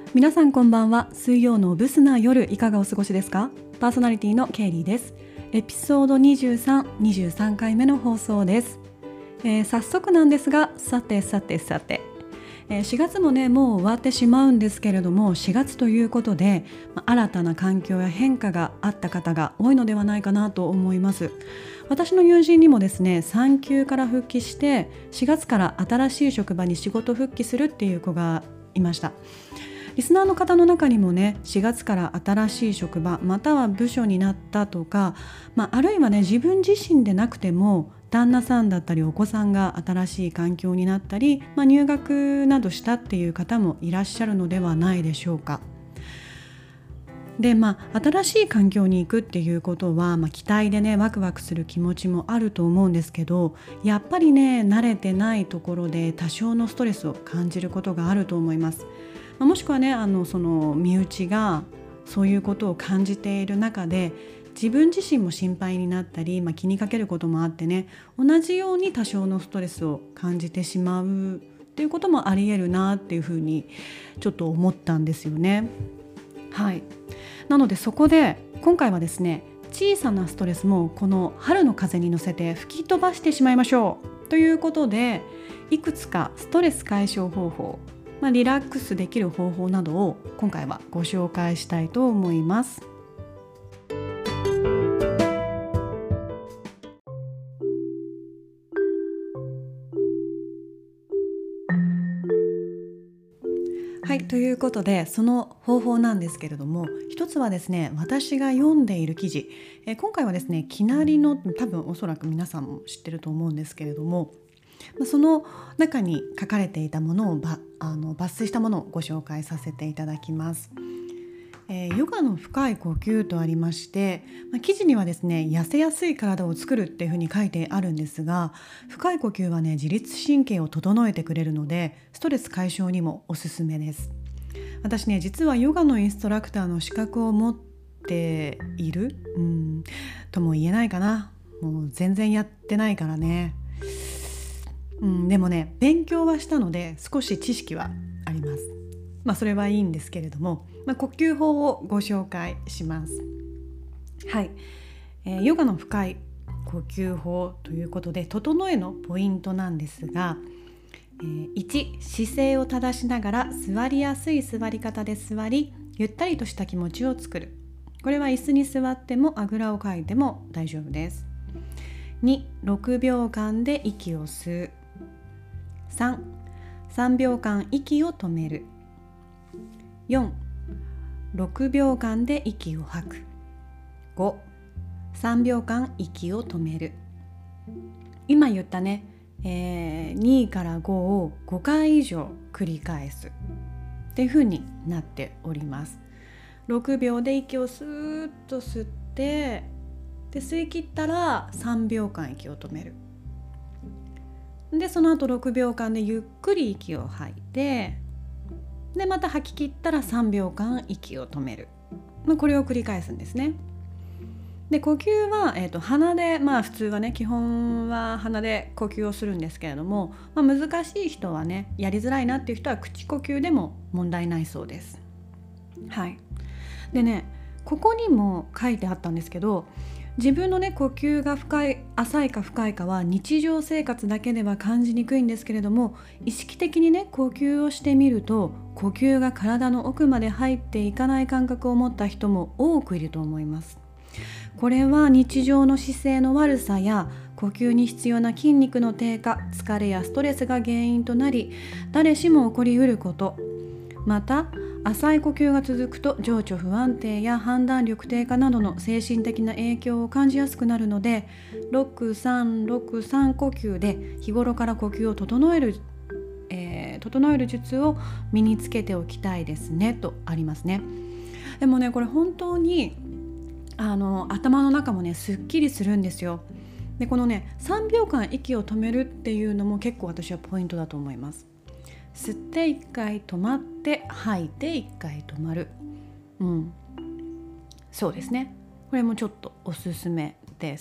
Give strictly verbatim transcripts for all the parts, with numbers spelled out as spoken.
皆さんこんばんは。水曜のブスな夜いかがお過ごしですか？パーソナリティのケイリーです。エピソードにじゅうさん、にじゅうさんかいめの放送です。えー、早速なんですが、さてさてさて、えー、しがつもねもう終わってしまうんですけれども、しがつということで、まあ、新たな環境や変化があった方が多いのではないかなと思います。私の友人にもですね、産休から復帰してしがつから新しい職場に仕事復帰するっていう子がいました。リスナーの方の中にもね、しがつから新しい職場または部署になったとか、まあ、あるいはね自分自身でなくても旦那さんだったりお子さんが新しい環境になったり、まあ、入学などしたっていう方もいらっしゃるのではないでしょうか。でまあ、新しい環境に行くっていうことは、まあ、期待でねワクワクする気持ちもあると思うんですけど、やっぱりね慣れてないところで多少のストレスを感じることがあると思います。まあ、もしくはねあのその身内がそういうことを感じている中で自分自身も心配になったり、まあ、気にかけることもあってね、同じように多少のストレスを感じてしまうっていうこともあり得るなっていうふうにちょっと思ったんですよね。はい。なのでそこで今回はですね、小さなストレスもこの春の風に乗せて吹き飛ばしてしまいましょうということで、いくつかストレス解消方法、まあ、リラックスできる方法などを今回はご紹介したいと思います。はい、ということでその方法なんですけれども、一つはですね、私が読んでいる記事、えー今回はですね、きなりの多分おそらく皆さんも知ってると思うんですけれども、まあその中に書かれていたものをばあの抜粋したものをご紹介させていただきます。えーヨガの深い呼吸とありまして、まあ、記事にはですね、痩せやすい体を作るっていうふうに書いてあるんですが、深い呼吸はね自律神経を整えてくれるのでストレス解消にもおすすめです。私ね実はヨガのインストラクターの資格を持っている、うん、とも言えないかな。もう全然やってないからね、うん、でもね勉強はしたので少し知識はあります。まあそれはいいんですけれども、まあ、呼吸法をご紹介します。はい、えーヨガの深い呼吸法ということで、整えのポイントなんですが、えーいち、姿勢を正しながら座りやすい座り方で座り、ゆったりとした気持ちを作る。これは椅子に座ってもあぐらをかいても大丈夫です。に、ろくびょうかんで息を吸う。さん、さんびょうかん息を止める。よん、ろくびょうかんで息を吐く。ご、さんびょうかん息を止める。今言ったね、えー、にからごをごかい以上繰り返すっていう風になっております。ろくびょうで息をスーッと吸って、で吸い切ったらさんびょうかん息を止める。でその後ろくびょうかんでゆっくり息を吐いて、でまた吐き切ったらさんびょうかん息を止める。これを繰り返すんですね。で呼吸は、えー、と鼻で、まあ普通はね基本は鼻で呼吸をするんですけれども、まあ、難しい人はね、やりづらいなっていう人は口呼吸でも問題ないそうです。はい。でね、ここにも書いてあったんですけど、自分のね呼吸が深い浅いか深いかは日常生活だけでは感じにくいんですけれども、意識的にね呼吸をしてみると呼吸が体の奥まで入っていかない感覚を持った人も多くいると思います。これは日常の姿勢の悪さや呼吸に必要な筋肉の低下、疲れやストレスが原因となり、誰しも起こりうること。また浅い呼吸が続くと情緒不安定や判断力低下などの精神的な影響を感じやすくなるので、ろくさんろくさん呼吸で日頃から呼吸を整える、えー、整える術を身につけておきたいですねとありますね。でもねこれ本当にあの頭の中もねすっきりするんですよ。でこのねさんびょうかん息を止めるっていうのも結構私はポイントだと思います。吸っていっかい止まって吐いていっかい止まる。うん、そうですね。これもちょっとおすすめです。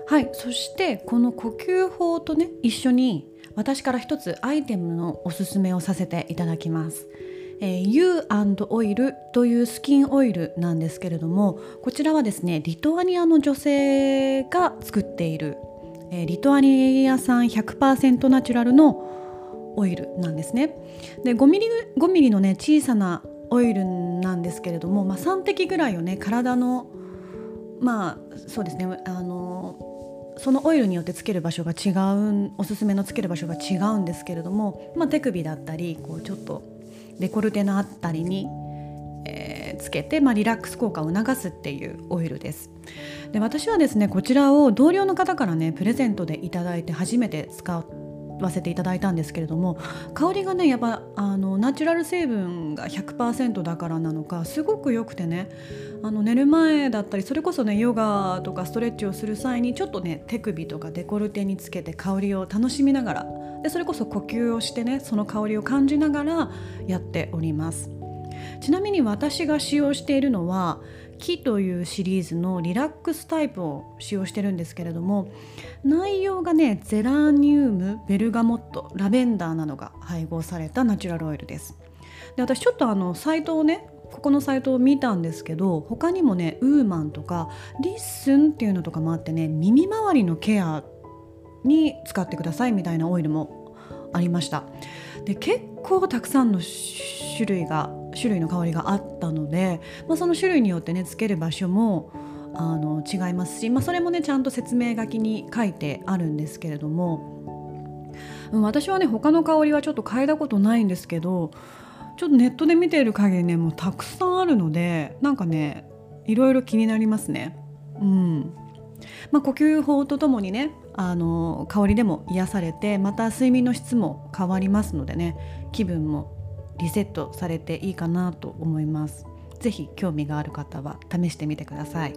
はい、そしてこの呼吸法とね一緒に私から一つアイテムのおすすめをさせていただきます。えー、ユー オイルというスキンオイルなんですけれども、こちらはですねリトアニアの女性が作っている、えー、リトアニア産 ひゃくパーセント ナチュラルのオイルなんですね。で ごミリ、ごミリのね小さなオイルなんですけれども、まあ、さん滴ぐらいをね体のまあそうですねあのそのオイルによってつける場所が違う、おすすめのつける場所が違うんですけれども、まあ、手首だったりこうちょっとデコルテのあたりに、えー、つけて、まあ、リラックス効果を促すっていうオイルです。で私はですねこちらを同僚の方からねプレゼントでいただいて初めて使わせていただいたんですけれども、香りがねやっぱあのナチュラル成分が ひゃくパーセント だからなのかすごく良くてね、あの寝る前だったりそれこそねヨガとかストレッチをする際にちょっとね手首とかデコルテにつけて香りを楽しみながら、でそれこそ呼吸をしてねその香りを感じながらやっております。ちなみに私が使用しているのは木というシリーズのリラックスタイプを使用してるんですけれども、内容がねゼラニウム、ベルガモット、ラベンダーなどが配合されたナチュラルオイルです。で私ちょっとあのサイトをねここのサイトを見たんですけど、他にもねウーマンとかリッスンっていうのとかもあってね、耳周りのケアに使ってくださいみたいなオイルもありました。で結構たくさんの種類が種類の香りがあったので、まあ、その種類によってねつける場所もあの違いますし、まあ、それもねちゃんと説明書きに書いてあるんですけれども、うん、私はね他の香りはちょっと嗅いだことないんですけど、ちょっとネットで見ている限りねもうたくさんあるのでなんかねいろいろ気になりますね。うんまあ、呼吸法とともにねあの香りでも癒されて、また睡眠の質も変わりますのでね、気分もリセットされていいかなと思います。ぜひ興味がある方は試してみてください。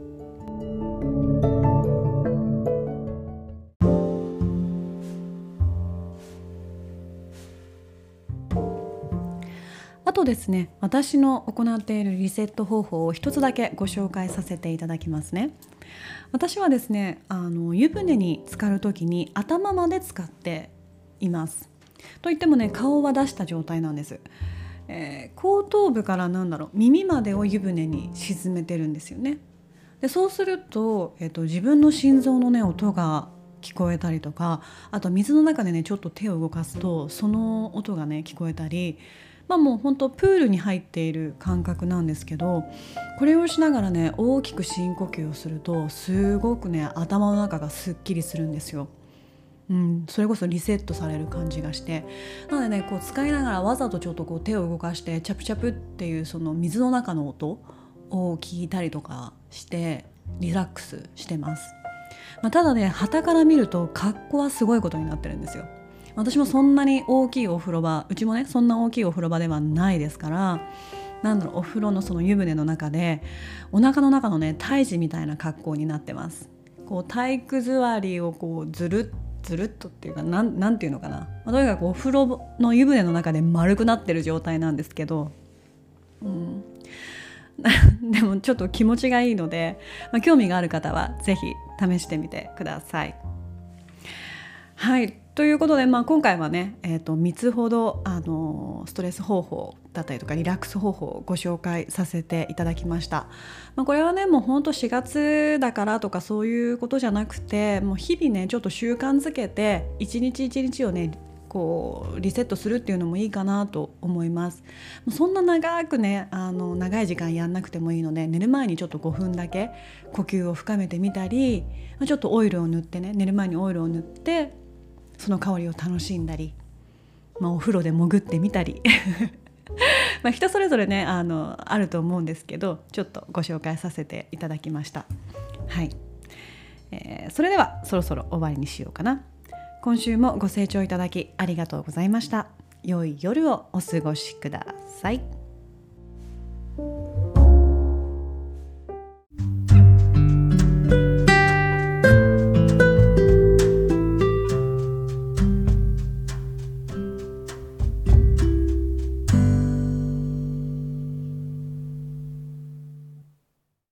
あとですね、私の行っているリセット方法を一つだけご紹介させていただきますね。私はですね、あの湯船に浸かるときに頭まで浸かっています。といってもね、顔は出した状態なんです。えー、後頭部からなんだろう耳までを湯船に沈めてるんですよね。でそうすると、えーと、自分の心臓のね音が聞こえたりとか、あと水の中でねちょっと手を動かすとその音がね聞こえたり、まあもう本当プールに入っている感覚なんですけど、これをしながらね大きく深呼吸をするとすごくね頭の中がすっきりするんですよ。うん、それこそリセットされる感じがして、なのでねこう使いながらわざとちょっとこう手を動かしてチャプチャプっていうその水の中の音を聞いたりとかしてリラックスしてます。まあ、ただね傍から見ると格好はすごいことになってるんですよ。私もそんなに大きいお風呂場、うちもねそんな大きいお風呂場ではないですから、なんだろうお風呂のその湯船の中でお腹の中のね胎児みたいな格好になってます。こう体育座りをこうずるっずるっとっていうかなん、なんていうのかな、まあ、とにかくお風呂の湯船の中で丸くなってる状態なんですけど、うん、でもちょっと気持ちがいいので、まあ、興味がある方はぜひ試してみてください。はいということで、まあ、今回はね、えーと、みっつほどあのストレス方法だったりとかリラックス方法をご紹介させていただきました。まあ、これはねもうほんとしがつだからとかそういうことじゃなくて、もう日々ねちょっと習慣づけて一日一日をねこうリセットするっていうのもいいかなと思います。そんな長くねあの長い時間やんなくてもいいので、寝る前にちょっとごふんだけ呼吸を深めてみたり、ちょっとオイルを塗ってね寝る前にオイルを塗ってその香りを楽しんだり、まあ、お風呂で潜ってみたりまあ人それぞれね あの、あると思うんですけど、ちょっとご紹介させていただきました。はい、えー、それではそろそろ終わりにしようかな。今週もご清聴いただきありがとうございました。良い夜をお過ごしください。